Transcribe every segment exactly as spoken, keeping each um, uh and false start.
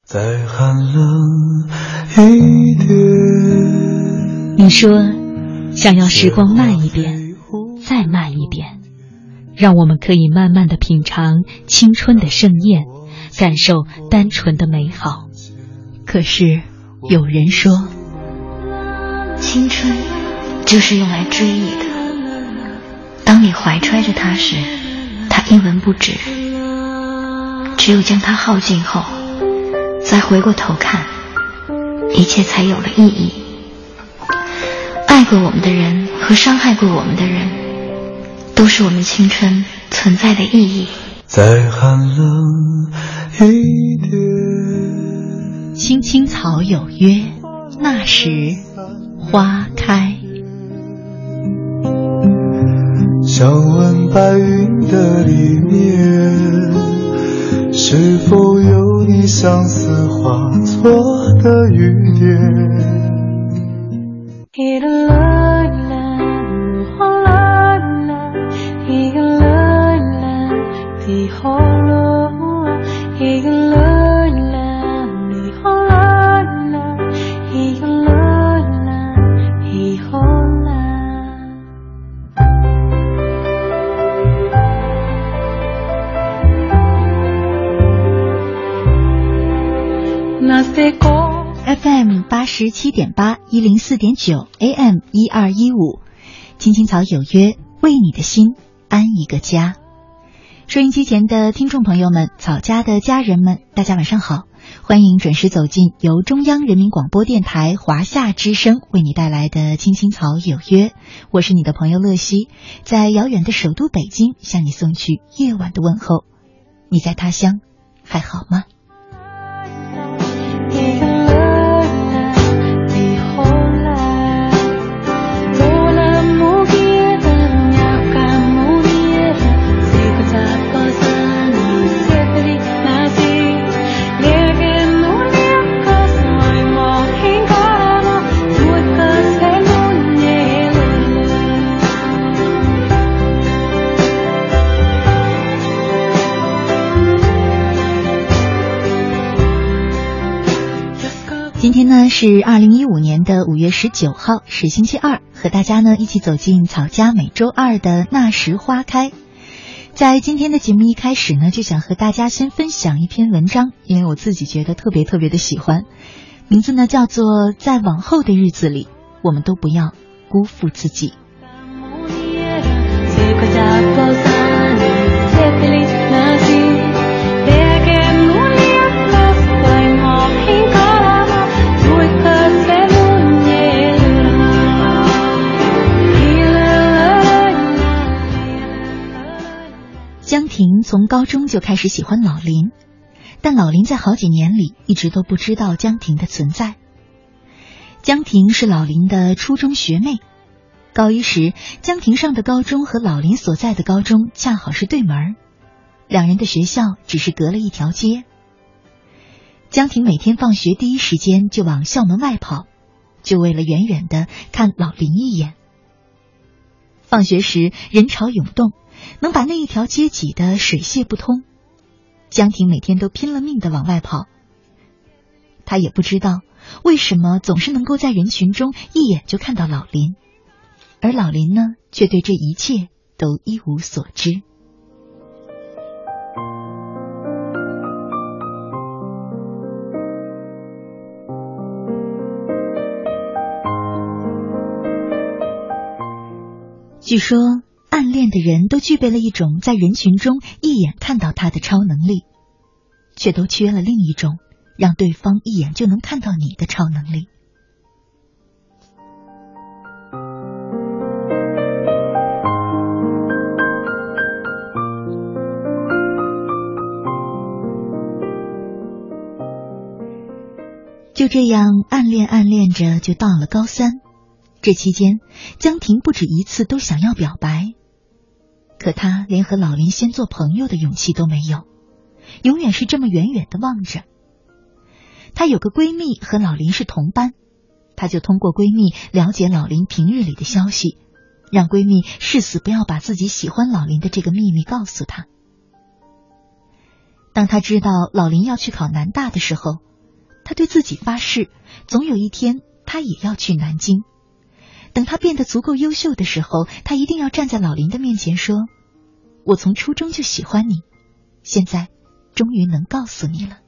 再寒冷一点。 你说想要时光慢一点，再慢一点，让我们可以慢慢地品尝青春的盛宴，感受单纯的美好。可是有人说， 青春就是用来追忆的，当你怀揣着它时，它一文不值，只有将它耗尽后，再回过头看，一切才有了意义。爱过我们的人和伤害过我们的人，都是我们青春存在的意义。 再寒冷一点。 青青草有约，那时花开。 想问白云的里面，是否有你相思化作的雨点？ F M 八十七点八，一零四点九 A M 一二一五，青青草有约，为你的心安一个家。收音机前的听众朋友们，草家的家人们，大家晚上好，欢迎准时走进由中央人民广播电台华夏之声为你带来的青青草有约，我是你的朋友乐西，在遥远的首都北京向你送去夜晚的问候。你在他乡还好吗？今天呢是二零一五年的五月十九号，是星期二，和大家呢一起走进草家每周二的那时花开。在今天的节目一开始呢，就想和大家先分享一篇文章，因为我自己觉得特别特别的喜欢，名字呢叫做在往后的日子里，我们都不要辜负自己。江婷从高中就开始喜欢老林，但老林在好几年里一直都不知道江婷的存在。江婷是老林的初中学妹，高一时，江婷上的高中和老林所在的高中恰好是对门，两人的学校只是隔了一条街。江婷每天放学第一时间就往校门外跑，就为了远远地看老林一眼。放学时人潮涌动，能把那一条街挤得水泄不通。江婷每天都拼了命地往外跑，她也不知道为什么总是能够在人群中一眼就看到老林，而老林呢，却对这一切都一无所知。据说暗恋的人都具备了一种在人群中一眼看到他的超能力，却都缺了另一种让对方一眼就能看到你的超能力。就这样暗恋暗恋着，就到了高三。这期间，江婷不止一次都想要表白，可她连和老林先做朋友的勇气都没有，永远是这么远远地望着。她有个闺蜜和老林是同班，她就通过闺蜜了解老林平日里的消息，让闺蜜誓死不要把自己喜欢老林的这个秘密告诉她。当她知道老林要去考南大的时候， 他对自己发誓，总有一天他也要去南京。等他变得足够优秀的时候，他一定要站在老林的面前说，我从初中就喜欢你，现在终于能告诉你了。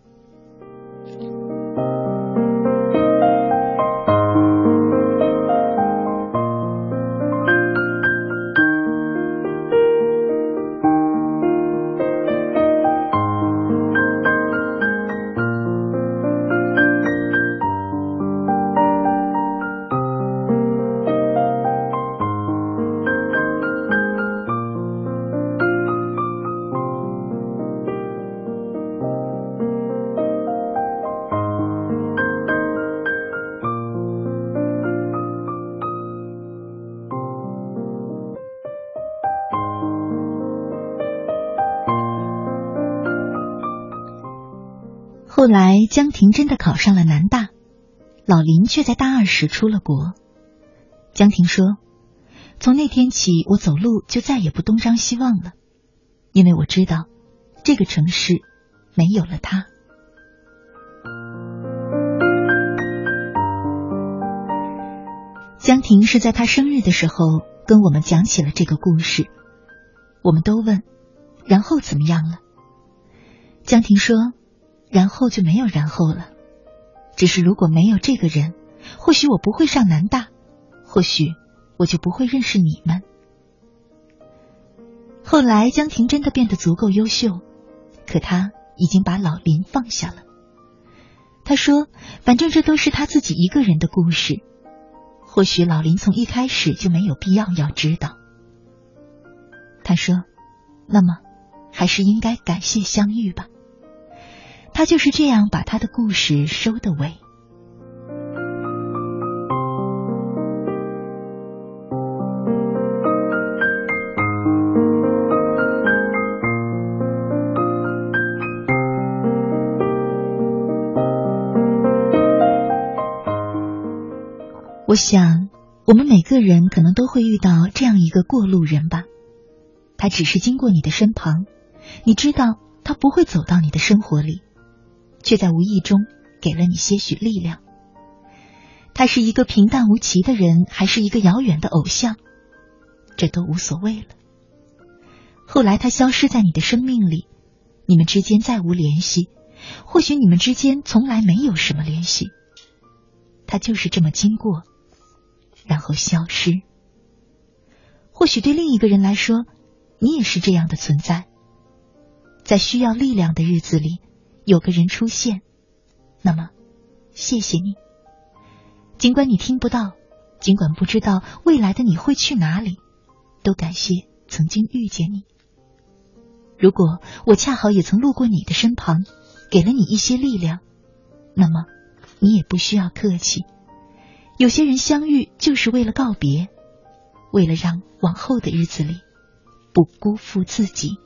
后来江婷真的考上了南大，老林却在大二时出了国。江婷说，从那天起我走路就再也不东张西望了，因为我知道这个城市没有了他。江婷是在他生日的时候跟我们讲起了这个故事，我们都问，然后怎么样了？江婷说，然后就没有然后了，只是如果没有这个人，或许我不会上南大，或许我就不会认识你们。后来江婷真的变得足够优秀，可她已经把老林放下了。她说，反正这都是她自己一个人的故事，或许老林从一开始就没有必要要知道。她说，那么还是应该感谢相遇吧。他就是这样把他的故事收的尾。我想，我们每个人可能都会遇到这样一个过路人吧。他只是经过你的身旁，你知道他不会走到你的生活里，却在无意中给了你些许力量。他是一个平淡无奇的人，还是一个遥远的偶像，这都无所谓了。后来他消失在你的生命里，你们之间再无联系，或许你们之间从来没有什么联系，他就是这么经过，然后消失。或许对另一个人来说，你也是这样的存在，在需要力量的日子里有个人出现，那么谢谢你。尽管你听不到，尽管不知道未来的你会去哪里，都感谢曾经遇见你。如果我恰好也曾路过你的身旁，给了你一些力量，那么你也不需要客气。有些人相遇就是为了告别，为了让往后的日子里不辜负自己。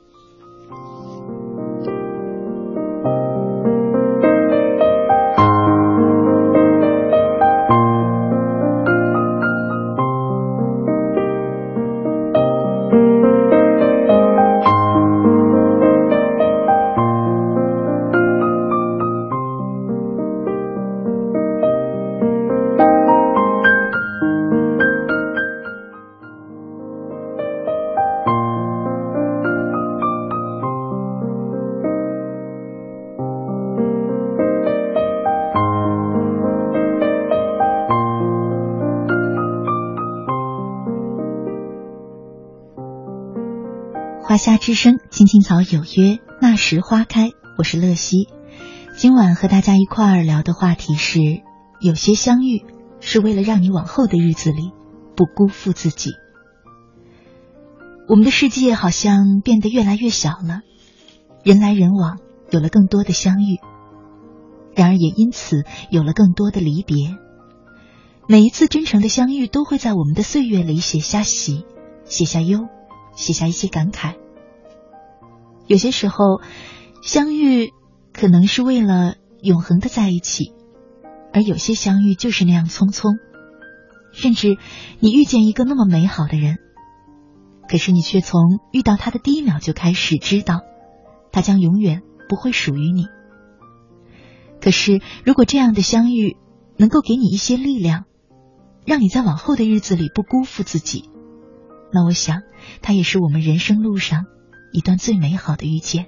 华夏之声，青青草有约，那时花开。我是乐西，今晚和大家一块儿聊的话题是，有些相遇是为了让你往后的日子里不辜负自己。我们的世界好像变得越来越小了，人来人往，有了更多的相遇，然而也因此有了更多的离别。每一次真诚的相遇都会在我们的岁月里写下喜，写下忧，写下一些感慨。有些时候相遇可能是为了永恒的在一起，而有些相遇就是那样匆匆，甚至你遇见一个那么美好的人，可是你却从遇到他的第一秒就开始知道他将永远不会属于你。 可是如果这样的相遇能够给你一些力量，让你在往后的日子里不辜负自己，那我想它也是我们人生路上一段最美好的遇见。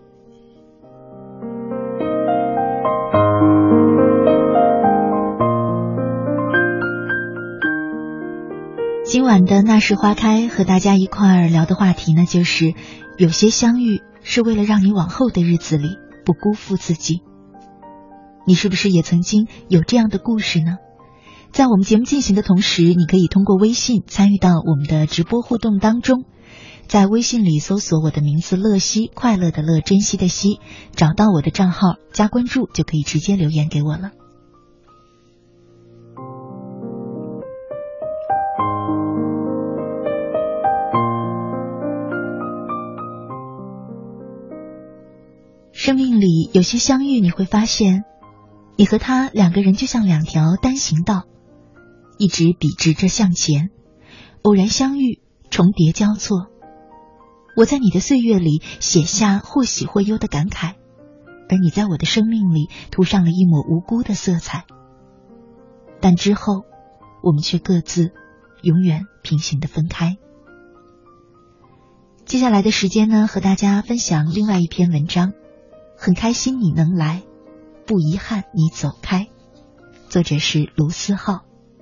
今晚的那时花开和大家一块儿聊的话题呢，就是有些相遇是为了让你往后的日子里不辜负自己。你是不是也曾经有这样的故事呢？在我们节目进行的同时，你可以通过微信参与到我们的直播互动当中，在微信里搜索我的名字乐西，快乐的乐，珍惜的惜，找到我的账号加关注，就可以直接留言给我了。生命里有些相遇，你会发现你和他两个人就像两条单行道，一直笔直着向前，偶然相遇，重叠交错。我在你的岁月里写下或喜或忧的感慨，而你在我的生命里涂上了一抹无辜的色彩。但之后我们却各自永远平行地分开。接下来的时间呢，和大家分享另外一篇文章，很开心你能来，不遗憾你走开，作者是卢思浩。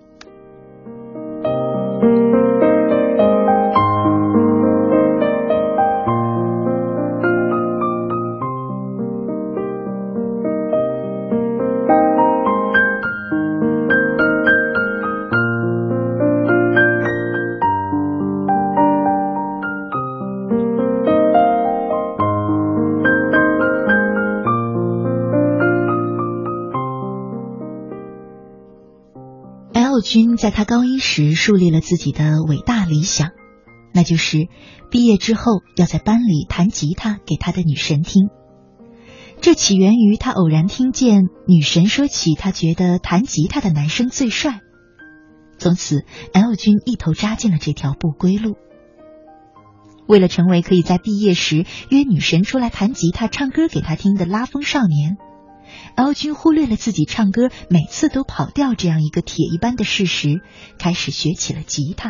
君在他高一时树立了自己的伟大理想，那就是毕业之后要在班里弹吉他给他的女神听。这起源于他偶然听见女神说起他觉得弹吉他的男生最帅，从此 L 君一头扎进了这条不归路。为了成为可以在毕业时约女神出来弹吉他唱歌给他听的拉风少年，L 君忽略了自己唱歌每次都跑调这样一个铁一般的事实，开始学起了吉他。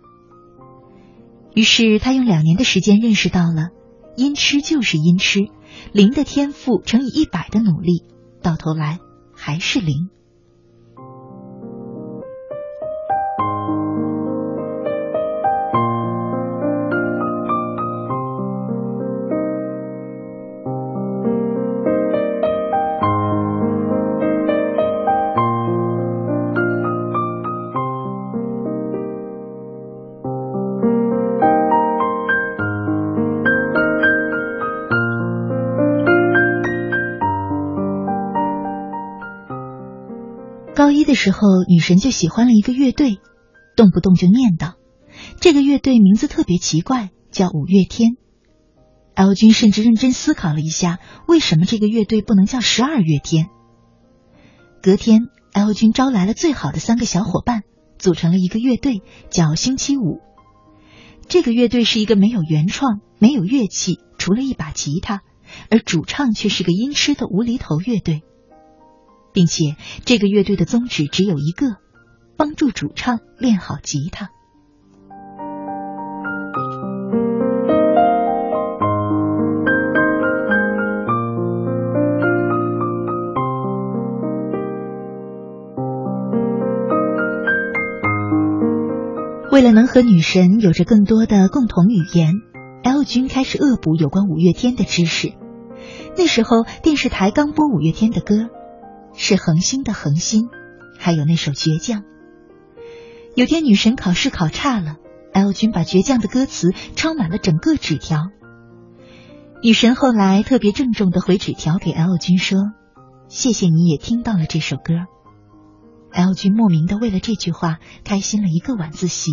于是他用两年的时间认识到了音痴就是音痴，零的天赋乘以一百的努力，到头来还是零。高一的时候，女神就喜欢了一个乐队，动不动就念叨这个乐队名字特别奇怪，叫五月天。 L 君甚至认真思考了一下，为什么这个乐队不能叫十二月天。隔天 L 君招来了最好的三个小伙伴，组成了一个乐队，叫星期五。这个乐队是一个没有原创，没有乐器，除了一把吉他，而主唱却是个音痴的无厘头乐队，并且这个乐队的宗旨只有一个，帮助主唱练好吉他。为了能和女神有着更多的共同语言， L 君开始恶补有关五月天的知识。那时候电视台刚播五月天的歌，是恒星的恒星，还有那首倔强。有天女神考试考差了， L 君把倔强的歌词抄满了整个纸条。女神后来特别郑重地回纸条给 L 君说，谢谢你也听到了这首歌。 L 君莫名地为了这句话开心了一个晚自习。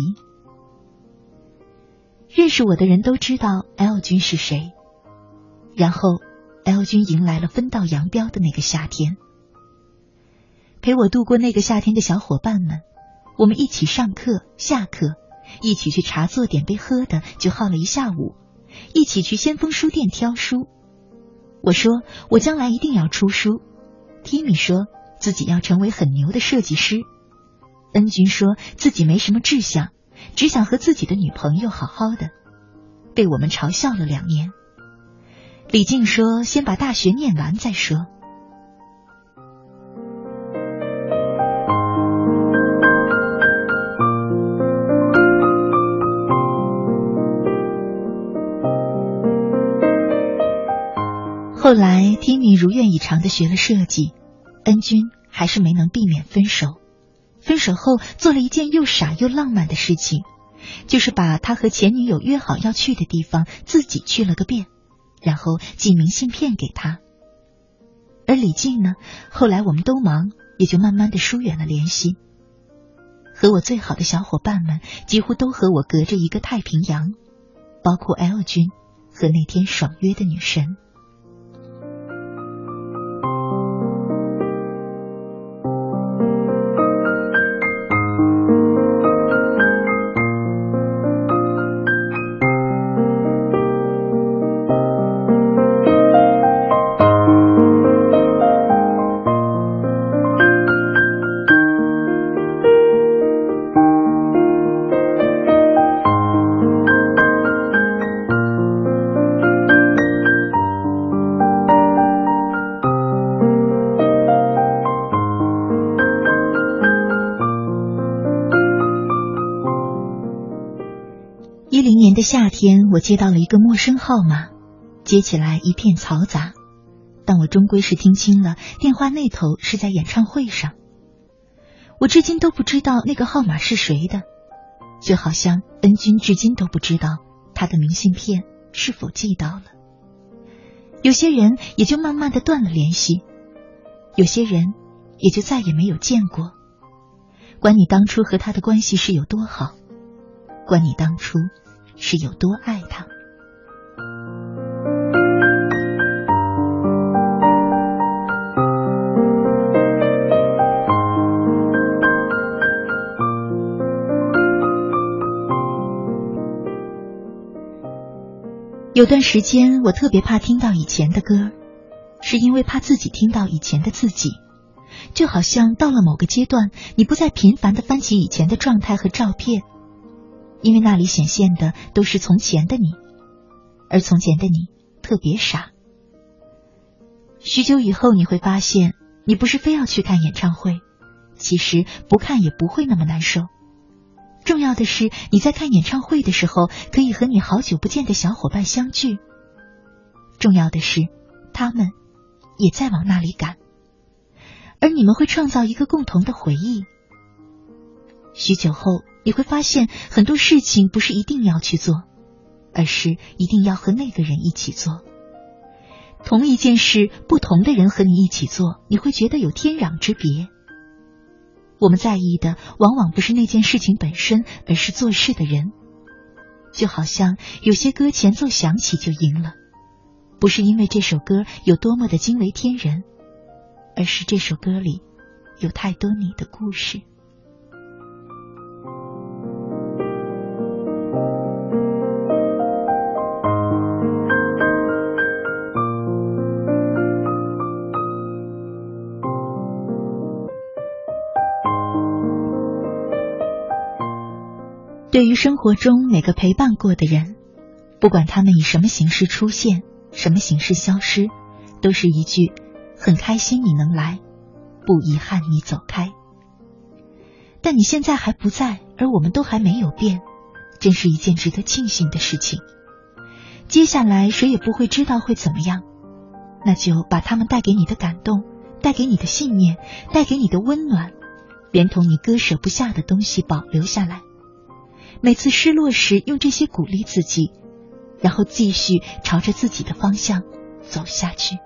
认识我的人都知道 L 君是谁，然后 L 君迎来了分道扬镳的那个夏天。陪我度过那个夏天的小伙伴们，我们一起上课下课，一起去茶座点杯喝的就耗了一下午，一起去先锋书店挑书。我说我将来一定要出书， Timmy 说自己要成为很牛的设计师，恩君说自己没什么志向，只想和自己的女朋友好好的，被我们嘲笑了两年。李静说先把大学念完再说。后来 Timmy 如愿以偿地学了设计，恩君还是没能避免分手。分手后做了一件又傻又浪漫的事情，就是把他和前女友约好要去的地方自己去了个遍，然后寄明信片给他。而李静呢，后来我们都忙，也就慢慢地疏远了联系。和我最好的小伙伴们几乎都和我隔着一个太平洋，包括 L 君和那天爽约的女神。的夏天，我接到了一个陌生号码，接起来一片嘈杂，但我终归是听清了电话那头是在演唱会上。我至今都不知道那个号码是谁的，就好像恩君至今都不知道他的明信片是否寄到了。有些人也就慢慢的断了联系，有些人也就再也没有见过。管你当初和他的关系是有多好，管你当初是有多爱他。有段时间我特别怕听到以前的歌，是因为怕自己听到以前的自己，就好像到了某个阶段，你不再频繁地翻起以前的状态和照片，因为那里显现的都是从前的你，而从前的你特别傻。许久以后你会发现，你不是非要去看演唱会，其实不看也不会那么难受。重要的是你在看演唱会的时候可以和你好久不见的小伙伴相聚，重要的是他们也在往那里赶，而你们会创造一个共同的回忆。许久后你会发现，很多事情不是一定要去做，而是一定要和那个人一起做。同一件事，不同的人和你一起做，你会觉得有天壤之别。我们在意的往往不是那件事情本身，而是做事的人。就好像有些歌前奏响起就赢了，不是因为这首歌有多么的惊为天人，而是这首歌里有太多你的故事。对于生活中每个陪伴过的人，不管他们以什么形式出现，什么形式消失，都是一句很开心你能来，不遗憾你走开。但你现在还不在，而我们都还没有变，真是一件值得庆幸的事情。接下来谁也不会知道会怎么样，那就把他们带给你的感动，带给你的信念，带给你的温暖，连同你割舍不下的东西保留下来。每次失落时用这些鼓励自己，然后继续朝着自己的方向走下去。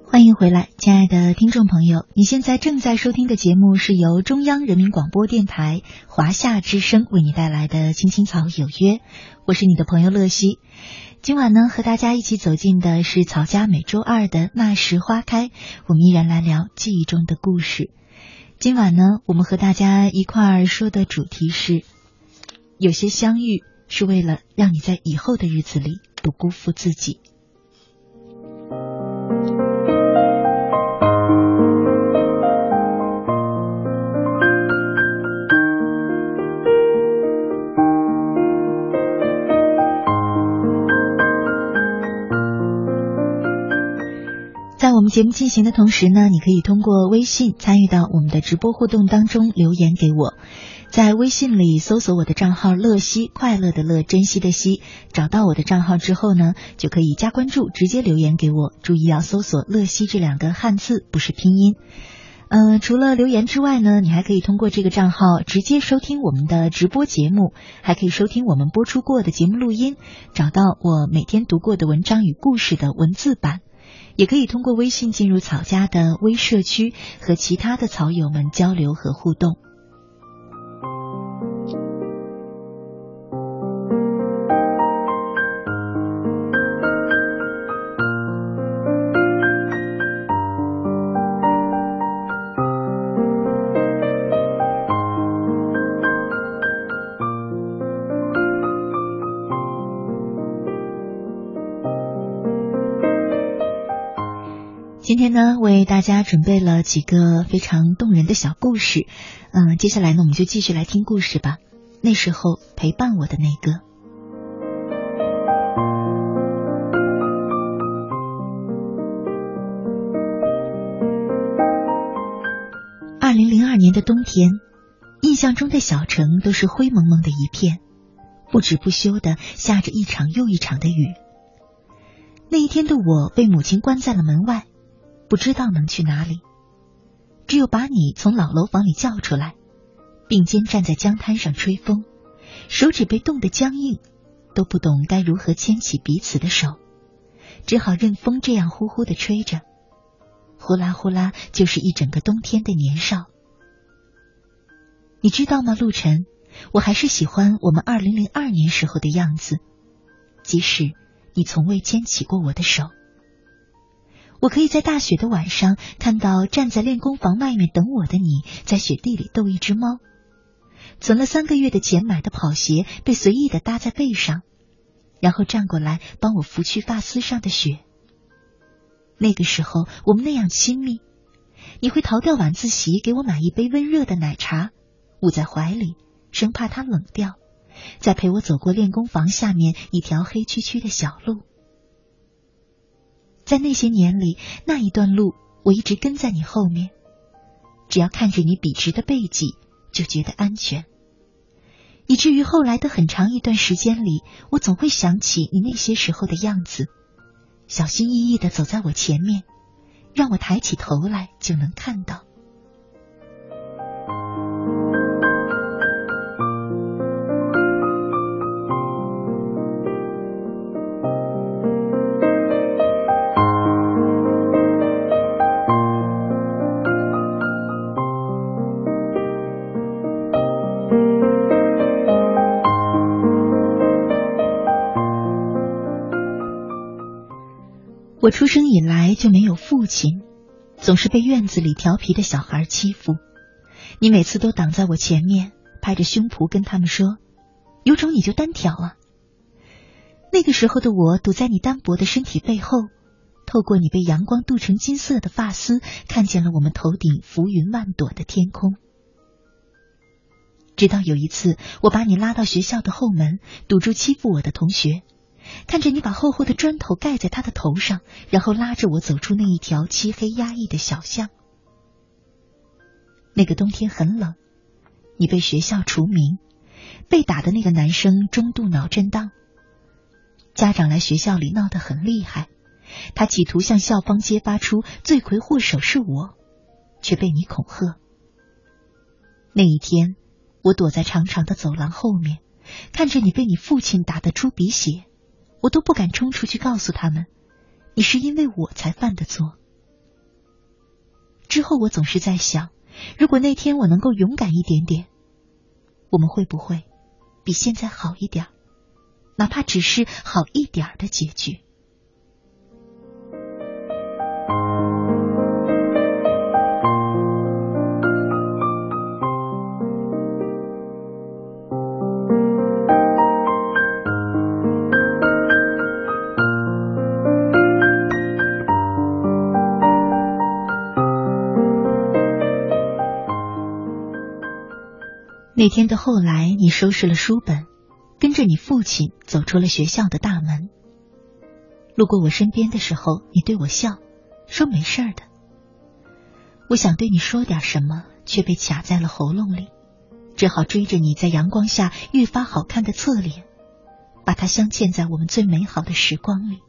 欢迎回来，亲爱的听众朋友，你现在正在收听的节目是由中央人民广播电台华夏之声为你带来的《青青草有约》，我是你的朋友乐西。今晚呢，和大家一起走进的是草家每周二的那时花开，我们依然来聊记忆中的故事。今晚呢，我们和大家一块儿说的主题是，有些相遇是为了让你在以后的日子里不辜负自己。在我们节目进行的同时呢，你可以通过微信参与到我们的直播互动当中，留言给我。在微信里搜索我的账号乐西，快乐的乐，珍惜的惜，找到我的账号之后呢，就可以加关注，直接留言给我。注意要搜索乐西这两个汉字，不是拼音。呃，除了留言之外呢，你还可以通过这个账号直接收听我们的直播节目，还可以收听我们播出过的节目录音，找到我每天读过的文章与故事的文字版。也可以通过微信进入草家的微社区，和其他的草友们交流和互动。今天呢，为大家准备了几个非常动人的小故事。嗯，接下来呢，我们就继续来听故事吧。那时候陪伴我的那个。二零零二年的冬天，印象中的小城都是灰蒙蒙的一片，不止不休地下着一场又一场的雨。那一天的我被母亲关在了门外，不知道能去哪里，只有把你从老楼房里叫出来，并肩站在江滩上吹风，手指被冻得僵硬，都不懂该如何牵起彼此的手，只好任风这样呼呼地吹着，呼啦呼啦就是一整个冬天的年少。你知道吗，陆晨，我还是喜欢我们二零零二年时候的样子，即使你从未牵起过我的手。我可以在大雪的晚上看到站在练功房外面等我的你，在雪地里逗一只猫。存了三个月的钱买的跑鞋被随意地搭在背上，然后站过来帮我拂去发丝上的雪。那个时候我们那样亲密，你会逃掉晚自习给我买一杯温热的奶茶，捂在怀里，生怕它冷掉，再陪我走过练功房下面一条黑黢黢的小路。在那些年里，那一段路我一直跟在你后面，只要看着你笔直的背脊就觉得安全，以至于后来的很长一段时间里，我总会想起你那些时候的样子，小心翼翼地走在我前面，让我抬起头来就能看到。我出生以来就没有父亲，总是被院子里调皮的小孩欺负。你每次都挡在我前面，拍着胸脯跟他们说，有种你就单挑啊。那个时候的我堵在你单薄的身体背后，透过你被阳光镀成金色的发丝，看见了我们头顶浮云万朵的天空。直到有一次，我把你拉到学校的后门，堵住欺负我的同学，看着你把厚厚的砖头盖在他的头上，然后拉着我走出那一条漆黑压抑的小巷。那个冬天很冷，你被学校除名，被打的那个男生中度脑震荡，家长来学校里闹得很厉害，他企图向校方揭发出罪魁祸首是我，却被你恐吓。那一天，我躲在长长的走廊后面，看着你被你父亲打得出鼻血，我都不敢冲出去告诉他们，你是因为我才犯的错， 之后我总是在想，如果那天我能够勇敢一点点，我们会不会比现在好一点，哪怕只是好一点的结局。那天的后来，你收拾了书本，跟着你父亲走出了学校的大门。路过我身边的时候，你对我笑，说没事的。我想对你说点什么，却被卡在了喉咙里，只好追着你在阳光下愈发好看的侧脸，把它镶嵌在我们最美好的时光里。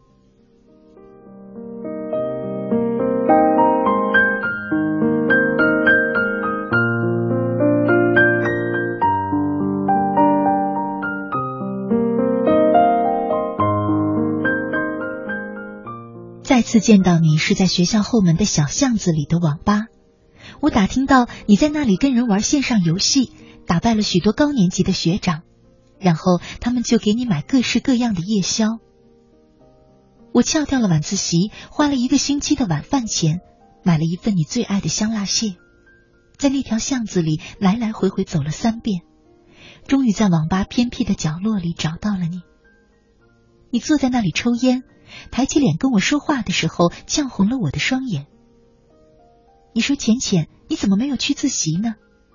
再次见到你是在学校后门的小巷子里的网吧，我打听到你在那里跟人玩线上游戏，打败了许多高年级的学长，然后他们就给你买各式各样的夜宵。我翘掉了晚自习，花了一个星期的晚饭钱，买了一份你最爱的香辣蟹，在那条巷子里来来回回走了三遍，终于在网吧偏僻的角落里找到了你。你坐在那里抽烟，抬起脸跟我说话的时候，呛红了我的双眼。你说浅浅，你怎么没有去自习呢？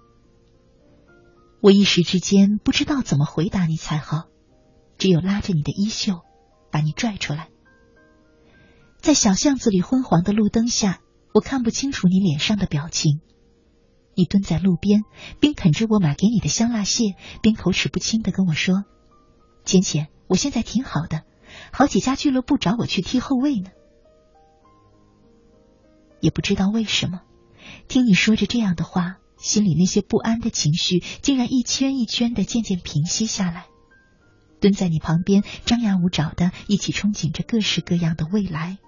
我一时之间不知道怎么回答你才好，只有拉着你的衣袖，把你拽出来。在小巷子里昏黄的路灯下，我看不清楚你脸上的表情。你蹲在路边，边啃着我买给你的香辣蟹，边口齿不清地跟我说：浅浅，我现在挺好的，好几家俱乐部找我去踢后卫呢。也不知道为什么，听你说着这样的话，心里那些不安的情绪竟然一圈一圈的渐渐平息下来。蹲在你旁边，张牙舞爪的一起憧憬着各式各样的未来。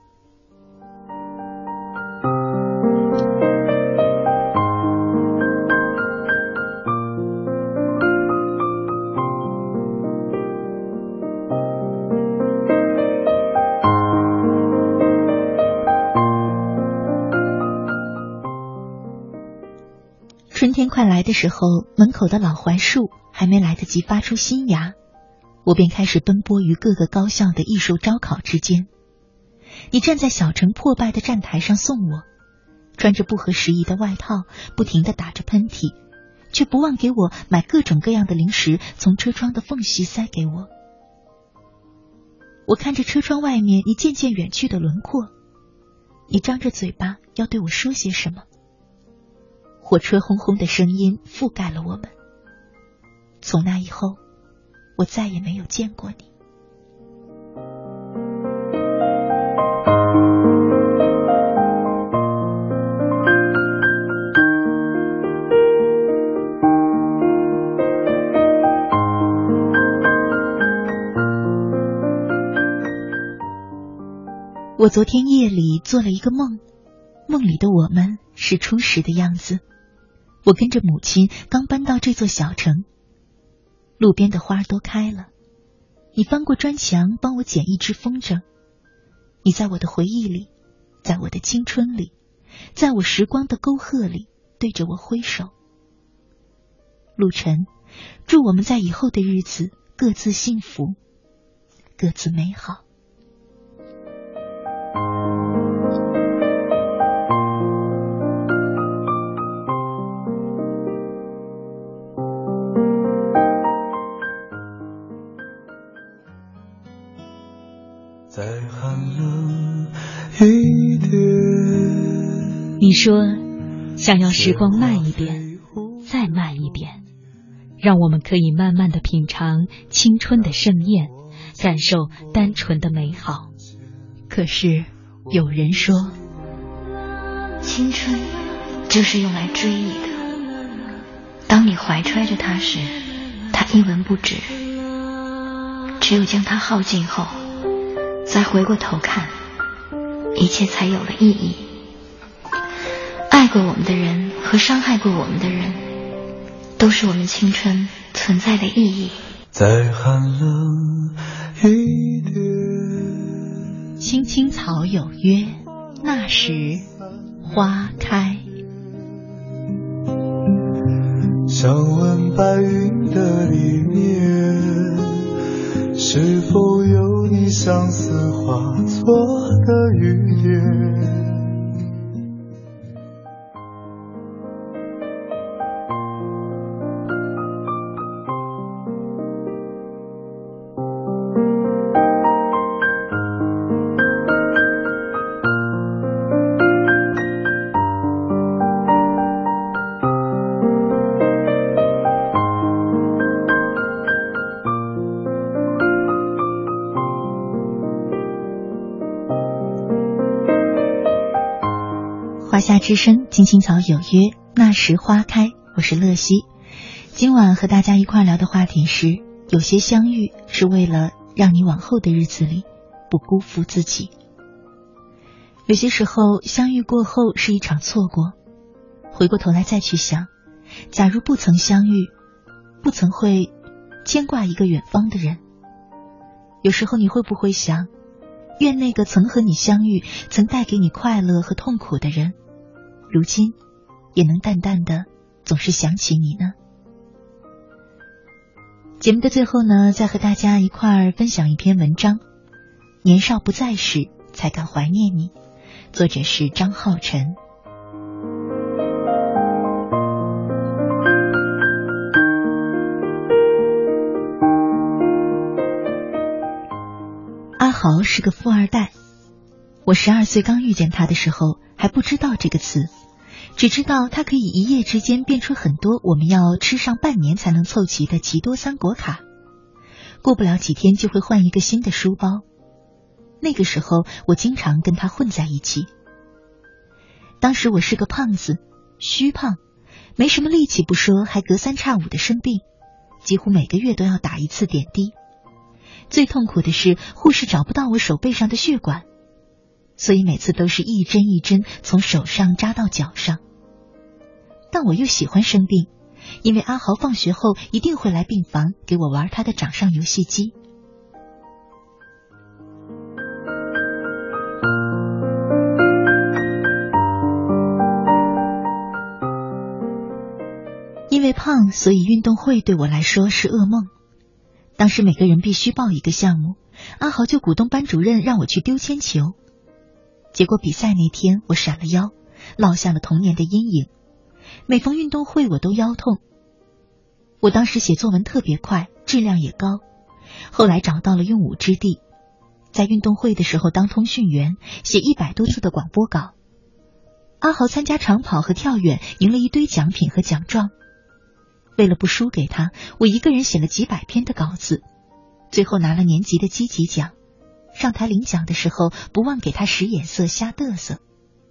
春天快来的时候，门口的老槐树还没来得及发出新芽，我便开始奔波于各个高校的艺术招考之间。你站在小城破败的站台上送我，穿着不合时宜的外套，不停地打着喷嚏，却不忘给我买各种各样的零食，从车窗的缝隙塞给我。我看着车窗外面你渐渐远去的轮廓，你张着嘴巴要对我说些什么。火车轰轰的声音覆盖了我们。从那以后，我再也没有见过你。我昨天夜里做了一个梦，梦里的我们是初时的样子。我跟着母亲刚搬到这座小城，路边的花都开了，你翻过砖墙帮我捡一只风筝。你在我的回忆里，在我的青春里，在我时光的沟壑里对着我挥手。陆晨，祝我们在以后的日子各自幸福，各自美好。 再寒冷一点。 你说想要时光慢一点，再慢一点，让我们可以慢慢地品尝青春的盛宴，感受单纯的美好。 可是有人说， 青春就是用来追忆的，当你怀揣着它时，它一文不值，只有将它耗尽后，再回过头看，一切才有了意义。 爱过我们的人和伤害过我们的人，都是我们青春存在的意义。 再寒冷一点， 青青草有约，那时花开。 想问白云的里面，是否有你相思化作的雨点？ 华夏之声，青青草有约，那时花开。我是乐西，今晚和大家一块聊的话题是：有些相遇是为了让你往后的日子里不辜负自己。有些时候，相遇过后是一场错过，回过头来再去想，假如不曾相遇，不曾会牵挂一个远方的人。有时候你会不会想，愿那个曾和你相遇，曾带给你快乐和痛苦的人，如今也能淡淡的总是想起你呢？节目的最后呢，再和大家一块儿分享一篇文章，年少不在时才敢怀念你，作者是张浩晨。阿豪是个富二代，我十二岁刚遇见他的时候还不知道这个词，只知道他可以一夜之间变出很多我们要吃上半年才能凑齐的奇多三国卡，过不了几天就会换一个新的书包。那个时候我经常跟他混在一起。当时我是个胖子，虚胖，没什么力气不说，还隔三差五的生病，几乎每个月都要打一次点滴。最痛苦的是护士找不到我手背上的血管，所以每次都是一针一针从手上扎到脚上。但我又喜欢生病，因为阿豪放学后一定会来病房给我玩他的掌上游戏机。因为胖，所以运动会对我来说是噩梦。当时每个人必须报一个项目，阿豪就鼓动班主任让我去丢铅球。结果比赛那天我闪了腰，落下了童年的阴影。每逢运动会我都腰痛。我当时写作文特别快，质量也高，后来找到了用武之地，在运动会的时候当通讯员，写一百多字的广播稿。阿豪参加长跑和跳远，赢了一堆奖品和奖状。为了不输给他，我一个人写了几百篇的稿子，最后拿了年级的积极奖。上台领奖的时候，不忘给他使眼色，瞎嘚瑟。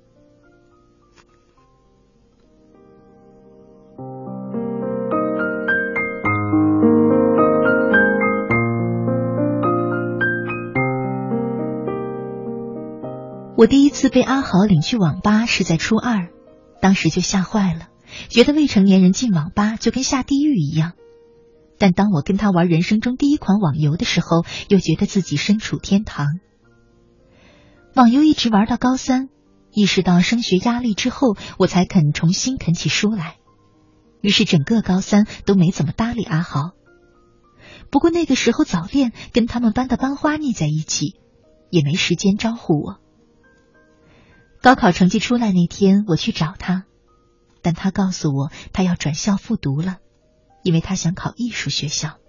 我第一次被阿豪领去网吧是在初二，当时就吓坏了，觉得未成年人进网吧就跟下地狱一样。但当我跟他玩人生中第一款网游的时候，又觉得自己身处天堂。网游一直玩到高三，意识到升学压力之后，我才肯重新啃起书来。于是整个高三都没怎么搭理阿豪。不过那个时候早恋，跟他们班的班花腻在一起，也没时间招呼我。高考成绩出来那天，我去找他，但他告诉我他要转校复读了，因为他想考艺术学校。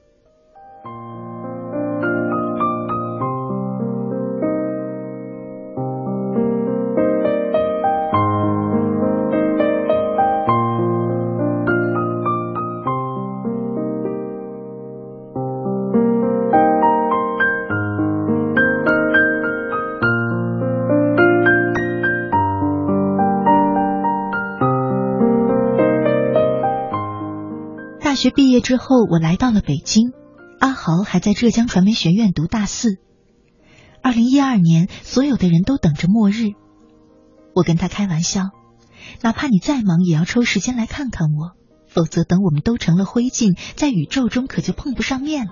大学毕业之后，我来到了北京，阿豪还在浙江传媒学院读大四。二零一二年，所有的人都等着末日。我跟他开玩笑， 哪怕你再忙也要抽时间来看看我，否则等我们都成了灰烬，在宇宙中可就碰不上面了。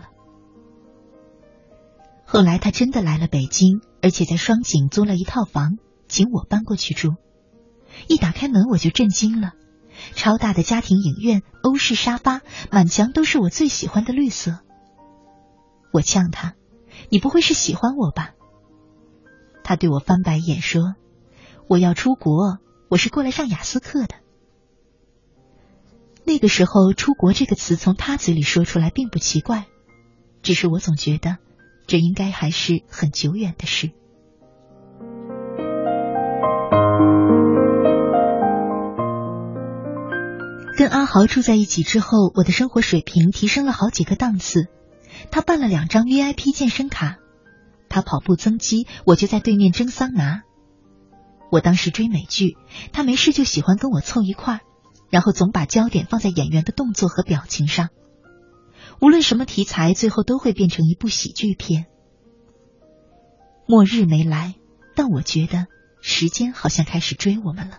后来他真的来了北京，而且在双井租了一套房，请我搬过去住。一打开门我就震惊了，超大的家庭影院，欧式沙发，满墙都是我最喜欢的绿色。我呛他，你不会是喜欢我吧？他对我翻白眼说，我要出国，我是过来上雅思课的。那个时候出国这个词从他嘴里说出来并不奇怪，只是我总觉得这应该还是很久远的事。跟阿豪住在一起之后，我的生活水平提升了好几个档次。他办了两张 V I P 健身卡，他跑步增肌，我就在对面蒸桑拿。我当时追美剧，他没事就喜欢跟我凑一块儿，然后总把焦点放在演员的动作和表情上。无论什么题材，最后都会变成一部喜剧片。末日没来，但我觉得时间好像开始追我们了。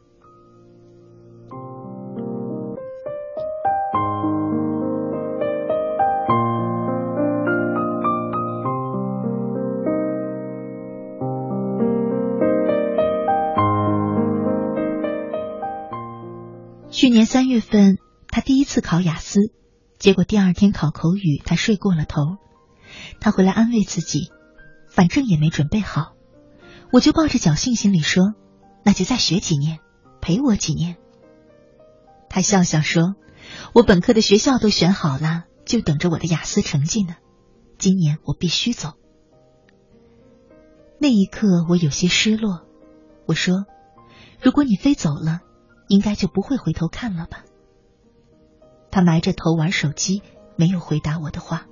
去年三月份，他第一次考雅思，结果第二天考口语，他睡过了头。他回来安慰自己，反正也没准备好。我就抱着侥幸心理说，那就再学几年，陪我几年。他笑笑说，我本科的学校都选好了，就等着我的雅思成绩呢。今年我必须走。那一刻我有些失落，我说，如果你飞走了，应该就不会回头看了吧。他埋着头玩手机，没有回答我的话。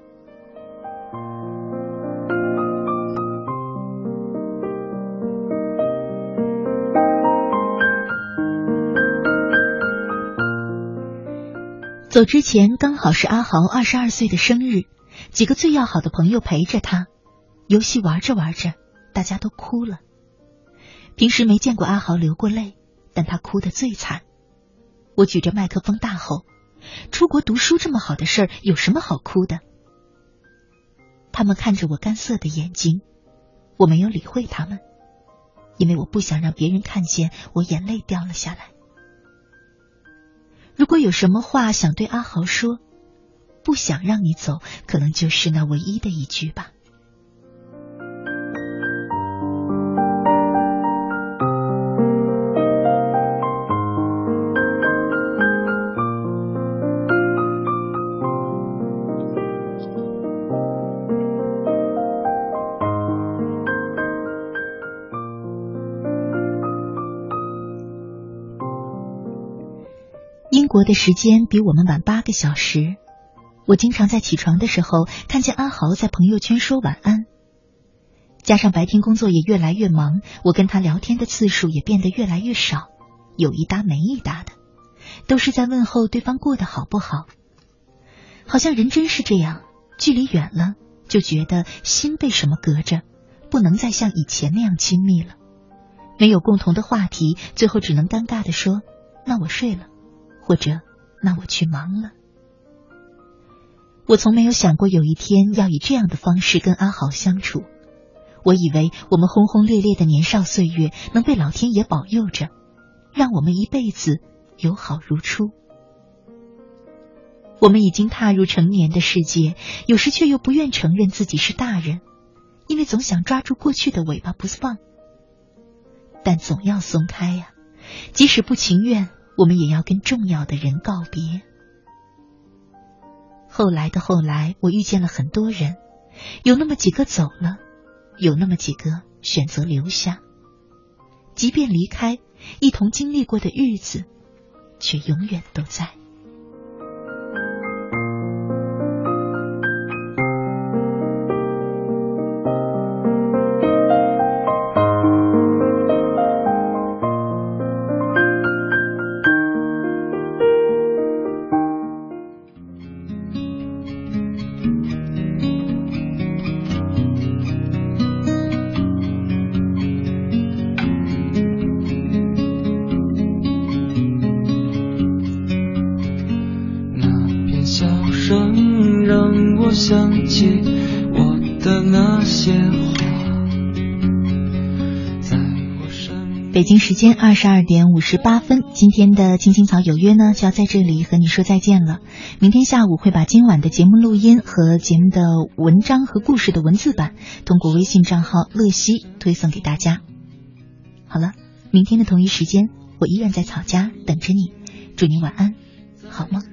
走之前刚好是阿豪二十二岁的生日，几个最要好的朋友陪着他，游戏玩着玩着，大家都哭了。平时没见过阿豪流过泪，但他哭得最惨。我举着麦克风大吼，出国读书这么好的事儿，有什么好哭的？他们看着我干涩的眼睛，我没有理会他们，因为我不想让别人看见我眼泪掉了下来。如果有什么话想对阿豪说，不想让你走，可能就是那唯一的一句吧。英国的时间比我们晚八个小时，我经常在起床的时候看见阿豪在朋友圈说晚安。加上白天工作也越来越忙，我跟他聊天的次数也变得越来越少，有一搭没一搭的，都是在问候对方过得好不好。好像人真是这样，距离远了，就觉得心被什么隔着，不能再像以前那样亲密了。没有共同的话题，最后只能尴尬地说，那我睡了，或者那我去忙了。我从没有想过有一天要以这样的方式跟阿豪相处。我以为我们轰轰烈烈的年少岁月能被老天爷保佑着，让我们一辈子友好如初。我们已经踏入成年的世界，有时却又不愿承认自己是大人，因为总想抓住过去的尾巴不放。但总要松开呀，即使不情愿，我们也要跟重要的人告别。后来的后来，我遇见了很多人，有那么几个走了，有那么几个选择留下。即便离开，一同经历过的日子，却永远都在。 想起我的那些话。 北京时间二十二点五十八分，今天的青青草有约呢就要在这里和你说再见了。明天下午会把今晚的节目录音和节目的文章和故事的文字版通过微信账号乐西推送给大家。好了，明天的同一时间我依然在草家等着你，祝你晚安，好梦。